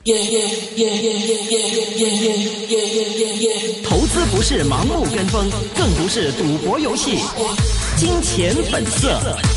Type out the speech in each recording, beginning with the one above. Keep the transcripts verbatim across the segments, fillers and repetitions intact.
投资不是盲目跟风，更不是赌博游戏。金钱本色。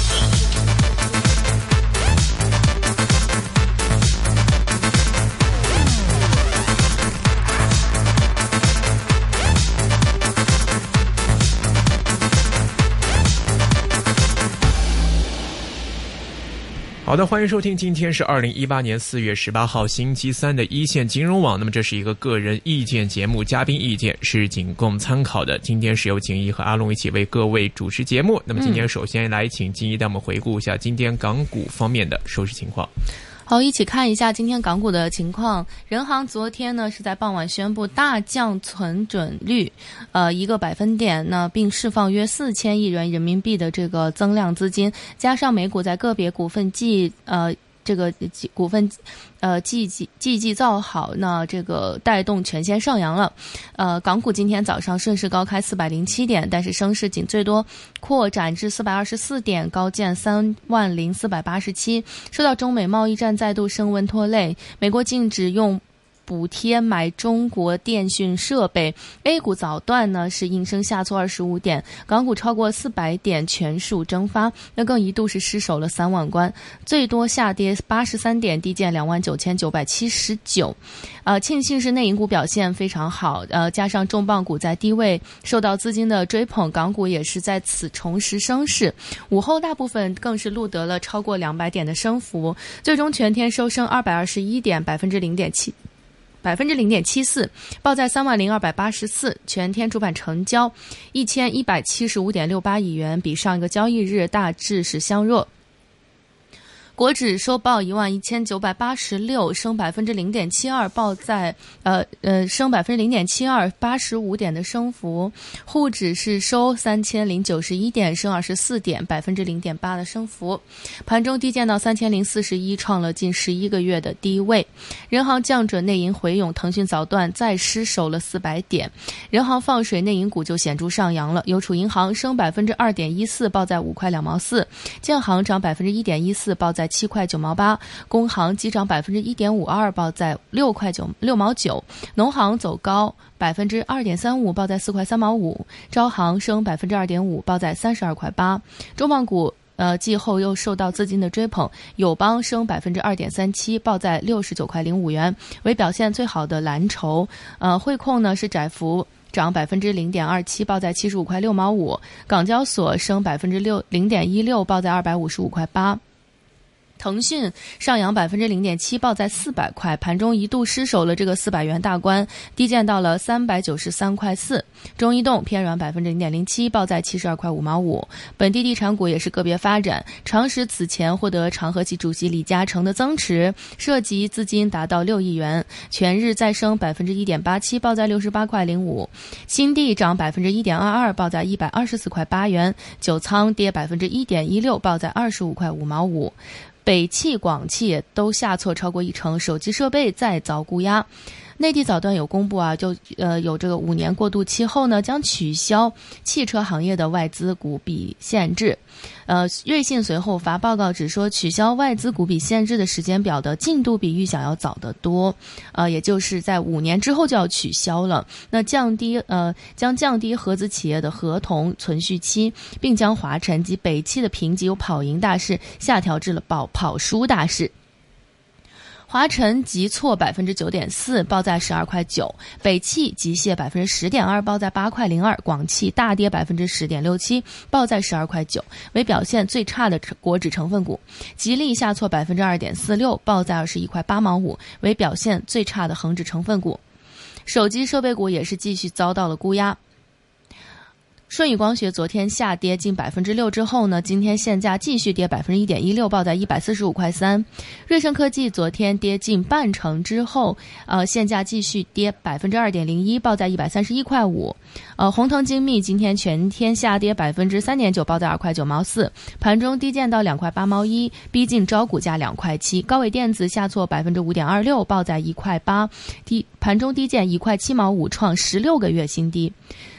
好的，欢迎收听，今天是二零一八年四月十八号星期三的一线金融网。那么这是一个个人意见节目，嘉宾意见是仅供参考的。今天是由景一和阿龙一起为各位主持节目。那么今天首先来请景一带我们回顾一下今天港股方面的收市情况。 好，一起看一下今天港股的情况。人行昨天呢是在傍晚宣布大降存准率，呃，一个百分点呢，并释放约四千亿元人民币的这个增量资金，加上美股在个别股份季呃。这个股份呃季季季季造好，那这个带动全线上扬了。呃，港股今天早上顺势高开四百零七点，但是升势仅最多扩展至四百二十四点，高见三万零四百八十七。受到中美贸易战再度升温拖累，美国禁止用补贴买中国电讯设备 ，A 股早段呢是应声下挫二十五点，港股超过四百点全数蒸发，那更一度是失守了三万关，最多下跌八十三点，低见两万九千九百七十九。呃，庆幸是内银股表现非常好，呃，加上重磅股在低位受到资金的追捧，港股也是在此重拾升势。午后大部分更是录得了超过两百点的升幅，最终全天收升二百二十一点，百分之零点七。百分之零点七四，报在三万零二百八十四，全天主板成交一千一百七十五点六八亿元，比上一个交易日大致是相若。国指收报一万一千九百八十六，升百分之零点七二，报在呃呃升百分之零点七二，八十五点的升幅。沪指是收三千零九十一点，升二十四点，百分之零点八的升幅。盘中低见到三千零四十一，创了近十一个月的低位。人行降准，内银回勇，腾讯早段再失守了四百点。人行放水，内银股就显著上扬了。邮储银行升百分之二点一四，报在五块两毛四。建行涨百分之一点一四，报在七块九毛八，工行急涨百分之一点五二，报在六块九六毛九，农行走高百分之二点三五，报在四块三毛五，招行升百分之二点五，报在三十二块八。重磅股呃，季后又受到资金的追捧，友邦升百分之二点三七，报在六十九块零五元，为表现最好的蓝筹。呃，汇控呢是窄幅涨百分之零点二七，报在七十五块六毛五。港交所升百分之六零点一六，报在二百五十五块八。腾讯上扬百分之零点七，报在四百块，盘中一度失守了这个四百元大关，低见到了三百九十三块四。中移动偏软百分之零点零七，报在七十二块五毛五。本地地产股也是个别发展，长实此前获得长和系主席李嘉诚的增持，涉及资金达到六亿元，全日再升百分之一点八七，报在六十八块零五。新地涨百分之一点二二，报在一百二十四块八元。九仓跌百分之一点一六，报在二十五块五毛五。北汽、广汽都下挫超过一成，手机设备再遭估压。内地早段有公布啊，就呃有这个五年过渡期后呢，将取消汽车行业的外资股比限制。呃，瑞信随后发报告指说，取消外资股比限制的时间表的进度比预想要早得多，呃，也就是在五年之后就要取消了。那降低呃将降低合资企业的合同存续期，并将华晨及北汽的评级由跑赢大势下调至了跑跑输大势。华晨急挫百分之九点四，报在十二块九；北汽急泻百分之十点二，报在八块零二；广汽大跌百分之十点六七，报在十二块九，为表现最差的国指成分股。吉利下挫百分之二点四六，报在二十一块八毛五，为表现最差的恒指成分股。手机设备股也是继续遭到了估压。舜宇光学昨天下跌近百分之六之后呢，今天现价继续跌百分之一点一六，报在一百四十五块三。瑞声科技昨天跌近半成之后，呃，现价继续跌百分之二点零一，报在一百三十一块五。呃，宏腾精密今天全天下跌百分之三点九，报在二块九毛四，盘中低见到两块八毛一，逼近招股价两块七。高伟电子下挫百分之五点二六，报在一块八，低盘中低见一块七毛五，创十六个月新低。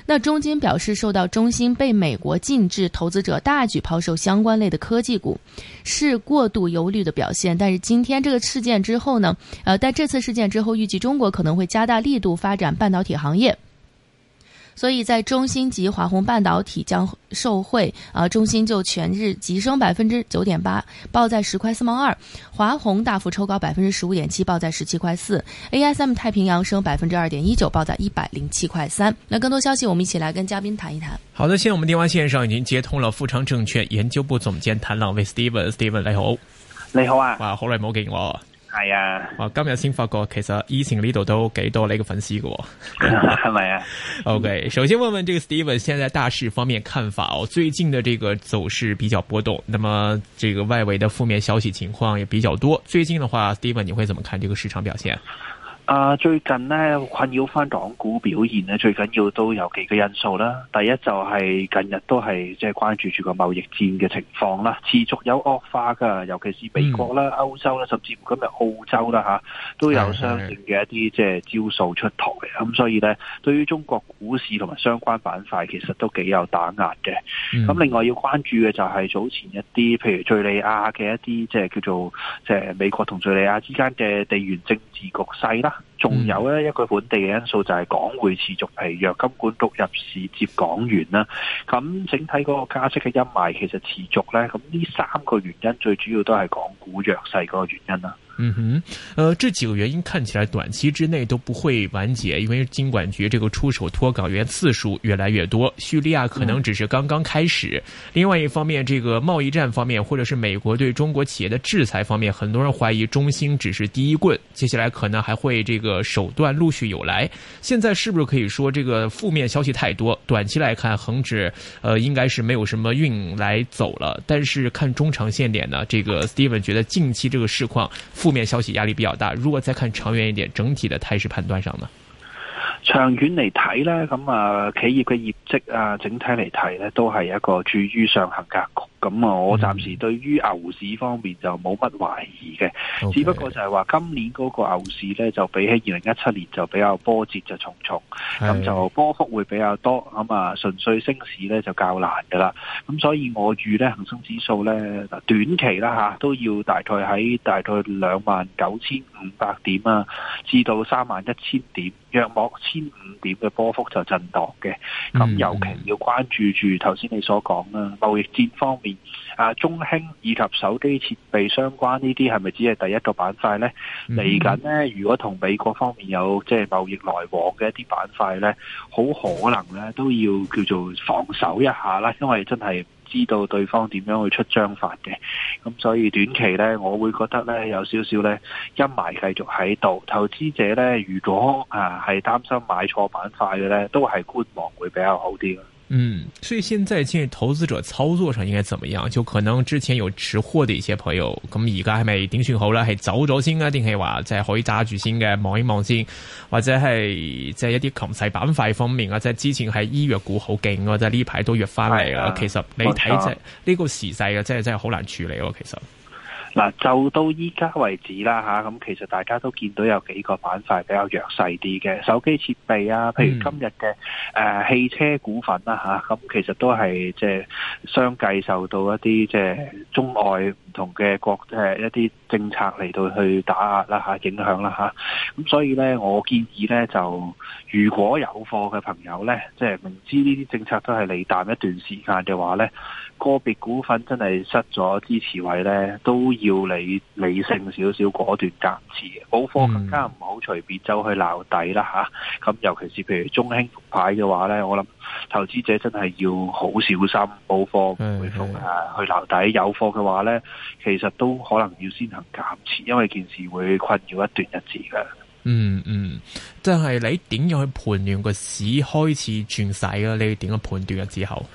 那中金表示，受到中兴被美国禁制，投资者大举抛售相关类的科技股，是过度忧虑的表现。但是今天这个事件之后呢，呃，在这次事件之后，预计中国可能会加大力度发展半导体行业。所以在中芯及华虹半导体将受惠，啊，中芯就全日急升百分之九点八，报在十块四毛二；华虹大幅抽高百分之十五点七，报在十七块四 ；A S M 太平洋升百分之二点一九，报在一百零七块三。那更多消息，我们一起来跟嘉宾谈一谈。 好的，现在我们電話線上已經接通了富昌證券研究部總監譚朗蔚 Steven，Steven 你好， 你好啊， 哇，好耐冇見我。係啊， 哇！今日先發覺其實以前呢度都幾多你個粉絲嘅， 係咪啊 ？OK， 首先問問這個 Steven 現在大市方面看法哦。最近的這個走勢比較波動，那麼這個外圍的負面消息情況也比較多。最近的話 ，Steven 你會怎麼看這個市場表現？ 啊，最近呢，困擾翻港股表現呢，最緊要都有幾個因素啦。第一就係近日都係即係關注住個貿易戰嘅情況啦，持續有惡化噶，尤其是美國啦、歐、嗯、洲啦，甚至乎今日澳洲啦吓，都有相應嘅一啲即係招數出台。咁所以呢，對於中國股市同埋相關板塊，其實都幾有打壓嘅。咁、嗯、另外要關注嘅就係早前一啲，譬如敘利亞嘅一啲即係叫做即係美國同敘利亞之間嘅地緣政治局勢啦。仲有咧一個本地嘅因素就係港匯持續疲弱，金管局入市接港元啦。咁整體嗰個加息嘅陰霾其實持續咧，咁呢三個原因最主要都係港股弱勢嗰個原因啦。 嗯哼，呃，這幾個原因看起來短期之內都不會完結，因為金管局這個出手拖港元次數越來越多，敘利亞可能只是剛剛開始。嗯、另外一方面，這個貿易戰方面，或者是美國對中國企業的制裁方面，很多人懷疑中興只是第一棍，接下來可能還會這個手段陸續有來。現在是不是可以說這個負面消息太多？短期來看，恒指呃應該是沒有什麼運來走了，但是看中長線點呢，這個 Steven 覺得近期這個市況負面消息壓力比較大，如果再看長遠一點，整體的態勢判斷上呢？ 長遠嚟睇呢，咁啊企業嘅業績啊，整體嚟睇呢，都係一個處於上行格局。咁啊，我暫時對於牛市方面就冇乜懷疑嘅，嗯、只不過就係話今年嗰個牛市呢，就比起二零一七年就比較波折就重重，咁就波幅會比較多，咁啊純粹升市呢就較難噶啦。咁所以我預呢恒生指數呢，短期啦吓都要大概喺大概兩萬九千五百點啊，至到三萬一千點，約莫千五點嘅波幅就震盪嘅。咁、嗯、尤其要關注住頭先你所講啦，貿易戰方面。啊，中興以及手機設備相關呢啲係咪只係第一個板塊呢？嚟緊呢，如果同美國方面有即係貿易來往嘅一啲板塊呢，好可能呢都要叫做防守一下啦，因為真係知道對方點樣去出章法嘅。咁所以短期呢，我會覺得呢有少少呢陰霾繼續喺度，投資者呢，如果啊係擔心買錯板塊嘅呢，都係觀望會比較好啲。 嗯，所以現在建議投資者操作上應該怎麼樣？就可能之前有持貨的一些朋友，咁而家係咪點算好咧？係走咗先啊，定係話即係可以揸住先嘅，望一望先，或者係即係一啲強勢板塊方面啊，即係之前係醫藥股好勁啊，即係呢排都弱翻嚟啊。其實你睇即係呢個時勢啊，真係真係好難處理咯。其實。 嗱，就到依家為止啦吓，咁其實大家都見到有幾個板塊比較弱勢啲嘅，手機設備啊，譬如今日嘅誒汽車股份啦吓，咁其實都係即係相繼受到一啲即係中外唔同嘅國誒一啲政策嚟到去打壓啦吓，影響啦吓，咁所以咧，我建議咧就如果有貨嘅朋友咧，即係明知呢啲政策都係利淡一段時間嘅話咧，個別股份真係失咗支持位咧，都要理理性少少，果斷減持，冇貨更加唔好隨便走去撈底啦吓。咁、嗯、尤其是譬如中興復牌嘅話咧，我諗投資者真係要好小心，冇貨唔會復啊去撈底，有貨嘅話咧，其實都可能要先行減持，因為件事會困擾一段日子㗎。 嗯嗯，但係你點樣去判斷個市開始轉勢啊？你點樣判斷嘅之後？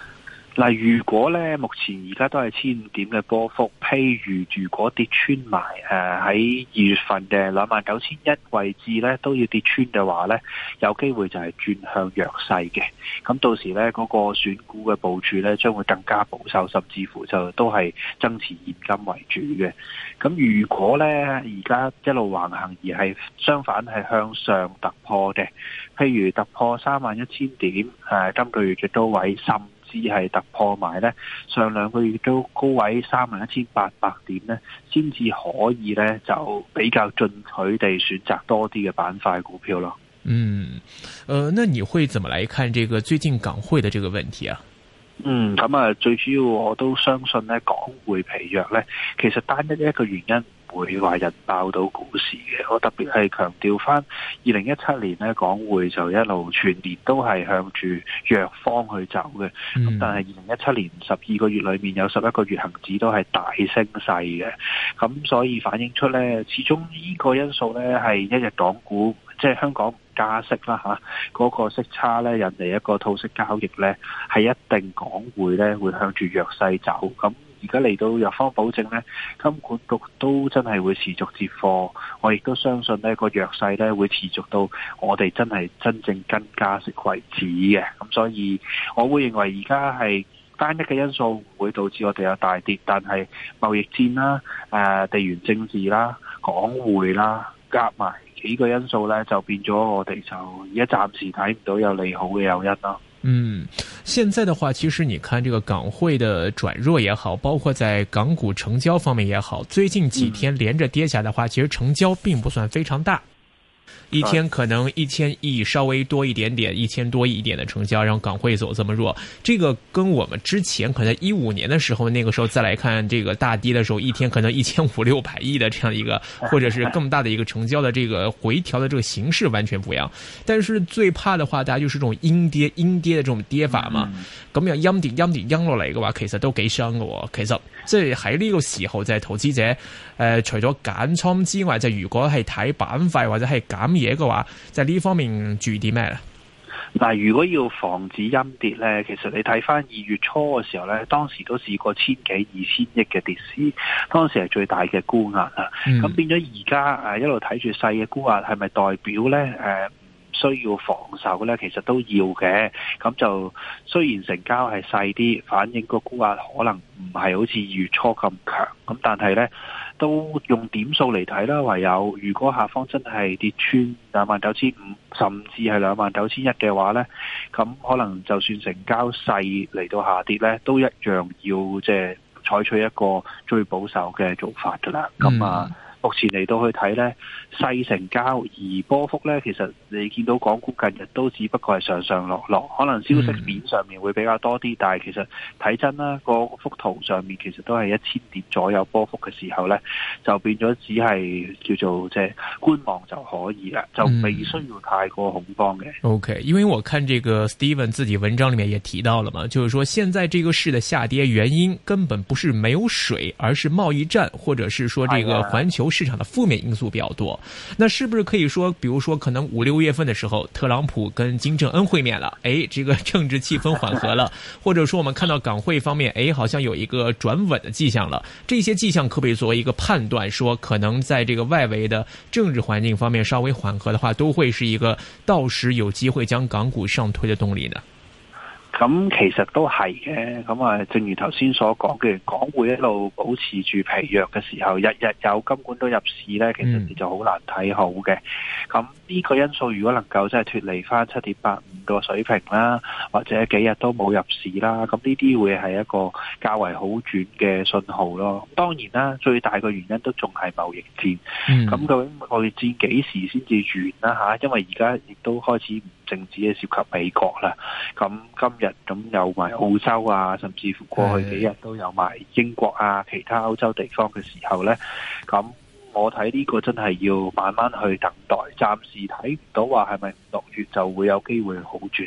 嗱，如果咧目前而家都係千五點嘅波幅，譬如如果跌穿埋誒喺二月份嘅兩萬九千一位置咧，都要跌穿嘅話咧，有機會就係轉向弱勢嘅。咁到時咧嗰個選股嘅部署咧，將會更加保守，甚至乎就都係增持現金為主嘅。咁如果咧而家一路橫行而係相反係向上突破嘅，譬如突破三萬一千點，誒今個月嘅高位甚只係突破埋咧上兩個月都高位三萬一千八百點咧，先至可以咧就比較進取地選擇多啲嘅板塊股票咯。 嗯，呃，那你會怎麼來看這個最近港匯的這個問題啊？ 嗯，咁啊，最主要我都相信咧，港匯疲弱咧，其實單一一個原因唔會話引爆到股市嘅。我特別係強調翻，二零一七年咧，港匯就一路全年都係向住弱方去走嘅。咁、嗯、但係二零一七年十二個月裏面有十一個月恒指都係大升勢嘅。咁所以反映出咧，始終呢個因素咧係一日港股即係香港加息啦吓，嗰個息差咧引嚟一個套息交易咧，係一定港匯咧會向住弱勢走。咁而家嚟到弱方保證咧，金管局都真係會持續接貨，我亦都相信呢個弱勢咧會持續到我哋真係真正跟加息為止嘅。咁所以我會認為而家係單一嘅因素唔會導致我哋有大跌，但係貿易戰啦、誒地緣政治啦、港匯啦夾埋幾個因素咧，就變咗我哋就而家暫時睇唔到有利好嘅誘因咯。 嗯，現在的話，其實你看這個港匯的轉弱也好，包括在港股成交方面也好，最近幾天連着跌下的話，其實成交並不算非常大。一天可能一千億稍微多一點點，一千多億一點的成交，讓港匯走這麼弱，這個跟我們之前可能一五年的時候，那個時候再來看這個大跌的時候，一天可能一千五六百億的這樣一個，或者是更大的一個成交的這個回調的這個形式完全不一樣。但是最怕的話，大家就是這種陰跌陰跌的這種跌法嘛。咁樣陰跌陰跌陰落嚟嘅話，其實都幾傷嘅。其實即係喺呢個時候，就係投資者誒、呃，除咗減倉之外，就如果係睇板塊或者係減嘢嘅話，就呢方面注意啲咩咧？ 嗱，如果要防止陰跌咧，其實你睇翻二月初嘅時候咧，當時都試過千幾二千億嘅跌市，當時係最大嘅沽壓啊。咁、嗯、變咗而家誒一路睇住細嘅沽壓，係咪代表咧誒？呃需要防守咧，其實都要嘅。咁就雖然成交係細啲，反映個沽壓可能唔係好似二月初咁強。咁但係咧，都用點數嚟睇啦。唯有如果下方真係跌穿兩萬九千五，甚至係兩萬九千一嘅話咧，咁可能就算成交細嚟到下跌咧，都一樣要即係採取一個最保守嘅做法噶啦。咁、嗯、啊。目前嚟到去睇呢，細成交而波幅呢，其實你見到港股近日都只不過係上上落落，可能消息面上面會比較多啲，但係其實睇真啦，個幅圖上面其實都係一千點左右波幅嘅時候呢，就變咗只係叫做即係觀望就可以啦，就未需要太過恐慌嘅。 OK，因為我看這個 Steven 自己文章裡面也提到了嘛，就是說現在這個市的下跌原因根本不是沒有水，而是貿易戰，或者是說這個環球市場的負面因素比較多，那是不是可以說，比如說可能五六月份的時候，特朗普跟金正恩會面了，誒，這個政治氣氛緩和了，或者說我們看到港匯方面，誒，好像有一個轉穩的跡象了，這些跡象可不可以作為一個判斷，說可能在這個外圍的政治環境方面稍微緩和的話，都會是一個到時有機會將港股上推的動力呢？ 咁其實都係嘅，咁啊，正如頭先所講嘅，港匯一路保持住疲弱嘅時候，日日有金管都入市呢，其實你就好難睇好嘅。咁、嗯、呢個因素如果能夠真係脫離翻七點八五個水平啦，或者幾日都冇入市啦，咁呢啲會係一個較為好轉嘅信號咯。當然啦，最大嘅原因都仲係貿易戰。咁、嗯、究竟貿易戰幾時先至完啦？吓，因為而家亦都開始唔淨止係涉及美國啦。咁今日咁有埋澳洲啊，甚至乎過去幾日都有埋英國啊，其他歐洲地方嘅時候呢，咁我睇呢個真係要慢慢去等待，暫時睇唔到話係咪六月就會有機會好轉啊。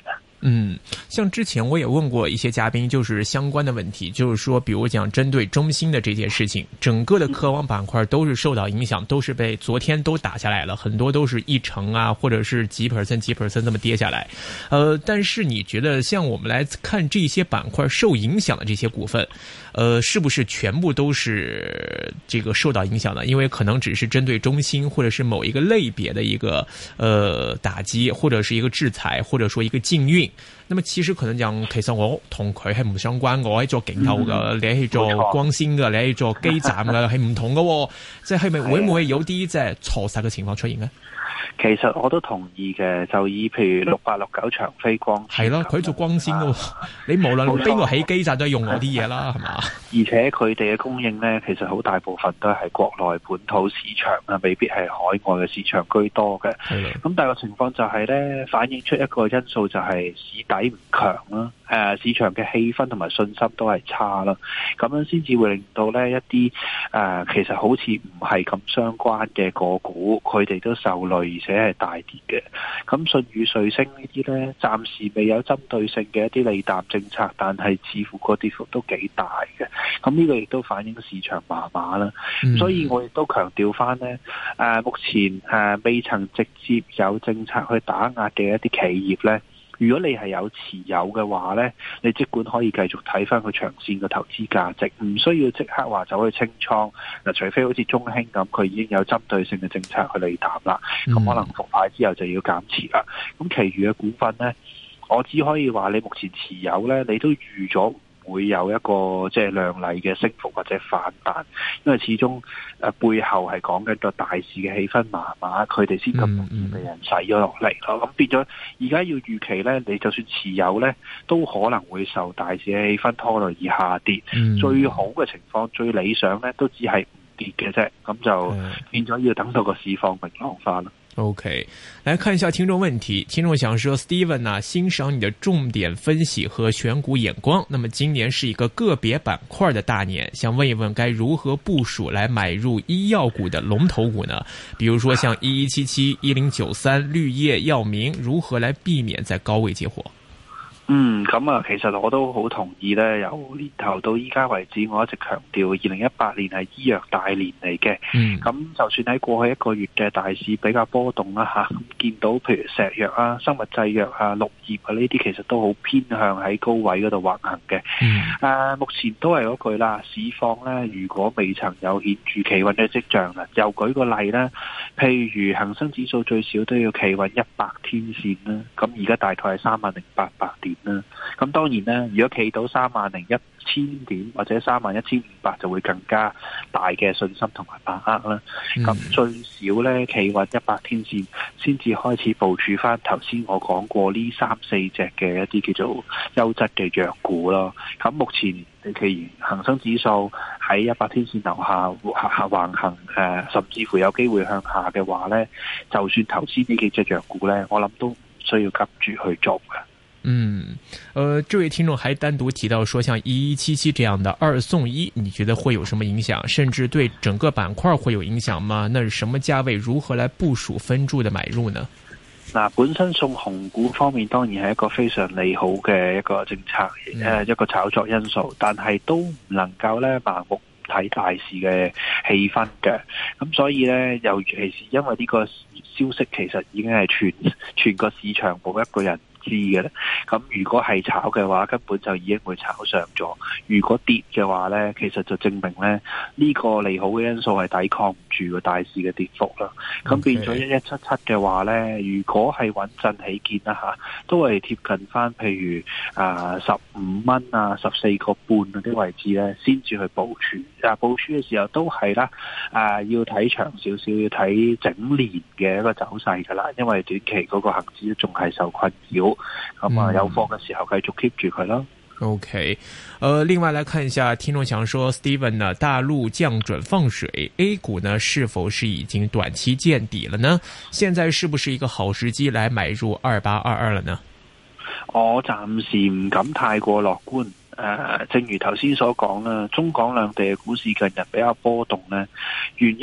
嗯，像之前我也問過一些嘉賓，就是相關的問題，就是說，比如講針對中興的這件事情，整個的科網板塊都是受到影響，都是被昨天都打下來了，很多都是一成啊，或者是幾 percent 幾 percent 這麼跌下來。呃，但是你覺得像我們來看這些板塊受影響的這些股份，呃，是不是全部都是這個受到影響的？因為可能只是針對中興或者是某一個類別的一個呃打擊，或者是一個制裁，或者說一個禁運。那麼其實可能講，其實我同佢係唔相關，我係做鏡頭噶，你係做光纖噶，你係做基站噶，係唔同噶，即係咪會唔會有啲即係錯殺嘅情況出現呢？ 其實我都同意嘅，就以譬如六八六九長飛光纖，係咯， 佢做光纖噶，你無論邊個起基站都係用我啲嘢啦，係嘛？而且佢哋嘅供應呢，其實好大部分都係國內本土市場啊，未必係海外嘅市場居多嘅。咁但係個情況就係呢，反映出一個因素就係市底唔強啦。誒、呃，市場嘅氣氛同埋信心都係差啦，咁樣先至會令到呢一啲誒、呃，其實好似唔係咁相關嘅個股，佢哋都受累，而且係大跌嘅。咁舜宇瑞聲呢啲呢，暫時未有針對性嘅一啲利淡政策，但係似乎個跌幅都幾大嘅。咁呢個亦都反映市場麻麻啦。嗯、所以我亦都強調翻呢，誒、呃，目前誒、呃、未曾直接有政策去打壓嘅一啲企業呢。如果你係有持有嘅話呢，你即管可以繼續睇翻佢長線嘅投資價值，唔需要即刻話走去清倉。嗱，除非好似中興咁，佢已經有針對性嘅政策去利淡啦，咁、嗯、可能復牌之後就要減持啦。咁其餘嘅股份呢，我只可以話你目前持有呢，你都預咗會有一個即係亮麗嘅升幅或者反彈，因為始終誒、呃、背後係講緊個大市嘅氣氛麻麻，佢哋先咁容易被人洗咗落嚟咯。咁、嗯嗯、變咗而家要預期咧，你就算持有咧，都可能會受大市嘅氣氛拖累而下跌。嗯、最好嘅情況，最理想咧，都只係唔跌嘅啫。咁就變咗要等到個市況明朗化啦。 OK，來看一下聽眾問題。聽眾想說 Steven 啊，欣賞你的重點分析和選股眼光。那麼今年是一個個別板塊的大年，想問一問該如何部署來買入醫藥股的龍頭股呢？比如說像一一七七、一零九三、綠葉藥明，如何來避免在高位接貨？ 嗯，咁啊，其實我都好同意咧。由年頭到依家為止，我一直強調二零一八年係醫藥大年嚟嘅。嗯，咁就算喺過去一個月嘅大市比較波動啦吓，咁見到譬如石藥啊、生物製藥啊、綠葉啊呢啲，其實都好偏向喺高位嗰度橫行嘅。嗯，誒、啊，目前都係嗰句啦，市況咧如果未曾有顯著企穩嘅跡象啦，又舉個例啦，譬如恒生指數最少都要企穩一百天線啦，咁而家大概係三萬零八百點。咁當然啦，如果企到三萬零一千點或者三萬一千五百，就會更加大嘅信心同埋把握啦。咁、嗯、最少咧企穩一百天線，先至開始部署翻頭先我講過呢三四隻嘅一啲叫做優質嘅藥股咯。咁目前既然恒生指數喺一百天線樓下下橫行，誒、呃，甚至乎有機會向下嘅話咧，就算頭先呢幾隻藥股咧，我諗都唔需要急住去做嘅。 嗯，呃，這位聽眾還單獨提到說，像一一七七這樣的二送一，你覺得會有什麼影響？甚至對整個板塊會有影響嗎？那是什麼價位？如何來部署分注的買入呢？ 嗱，本身送紅股方面當然係一個非常利好嘅一個政策，誒、嗯，一個炒作因素，但係都唔能夠咧盲目睇大市嘅氣氛嘅。咁所以咧，尤其是因為呢個消息其實已經係全全個市場冇一個人知嘅咧，咁如果係炒嘅話，根本就已經會炒上咗。如果跌嘅話咧，其實就證明咧呢個利好嘅因素係抵抗唔住個大市嘅跌幅啦。咁、okay. 變咗一一七七嘅話咧，如果係穩陣起見啦吓，都係貼近翻譬如啊十五蚊啊十四個半嗰啲位置咧，先至去部署。啊部署嘅時候都係啦，啊要睇長少少，要睇整年嘅一個走勢噶啦，因為短期嗰個恒指仲係受困擾。咁啊，有貨嘅時候繼續 keep 住佢咯。 OK，呃，另外來看一下，聽眾想說 ，Steven 呢，大陸降準放水 ，A 股呢是否是已經短期見底了呢？現在是不是一個好時機來買入二八二二了呢？ 我暫時唔敢太過樂觀。誒、呃，正如頭先所講啦，中港兩地嘅股市近日比較波動呢，原因唔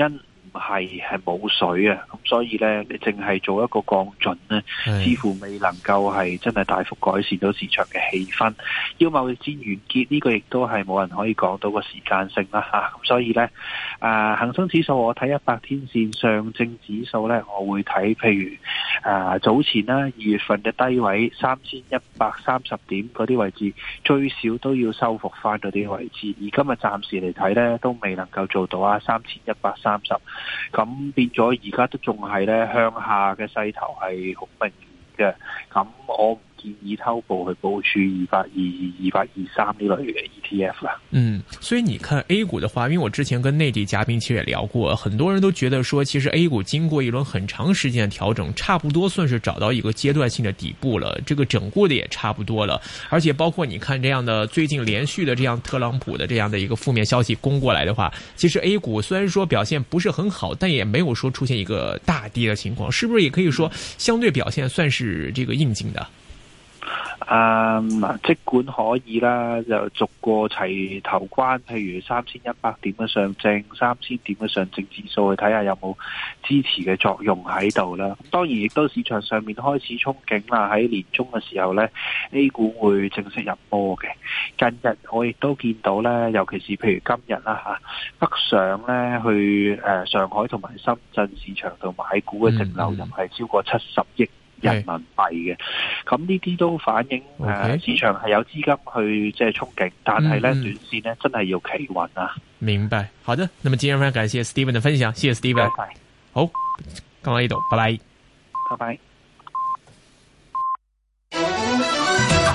係係冇水啊，咁所以咧你淨係做一個降準咧，似乎未能夠係真係大幅改善到市場嘅氣氛。要貿易戰完結呢個亦都係冇人可以講到個時間性啦吓，咁所以咧啊恒生指數我睇一百天線，上證指數咧我會睇譬如啊早前啦二月份嘅低位三千一百三十點嗰啲位置，最少都要收復翻嗰啲位置，而今日暫時嚟睇咧都未能夠做到啊三千一百三十，咁變咗而家都仲係咧向下嘅勢頭係好明顯嘅，咁我唔建議偷步去部署二百二二、二百二三呢類嘅 E T F 啦。 嗯，所以你看 A 股的話，因為我之前跟內地嘉賓其實也聊過，很多人都覺得說，其實 A 股經過一輪很長時間的調整，差不多算是找到一個階段性的底部了，這個整固的也差不多了。而且包括你看這樣的最近連續的這樣特朗普的這樣的一個負面消息攻過來的話，其實 A 股雖然說表現不是很好，但也沒有說出現一個大跌的情況，是不是也可以說相對表現算是這個應景的？ 啊、嗯，即管可以啦，就逐個齊頭關，譬如三千一百點嘅上證，三千點嘅上證指數去睇下有冇支持嘅作用喺度啦。當然亦都市場上面開始憧憬啦，喺年中嘅時候呢 A 股會正式入波嘅。近日我亦都見到呢，尤其是譬如今日啦吓，北上呢去誒上海同埋深圳市場度買股嘅淨流入係超過七十億人民幣嘅，咁呢啲都反映誒、okay. 呃、市場係有資金去即係憧憬，但係咧、嗯、短線咧真係要企穩啊。明白，好的，那麼今日非常感謝 Steven 的分享，謝謝 Steven。好，講到呢度，拜拜，拜拜。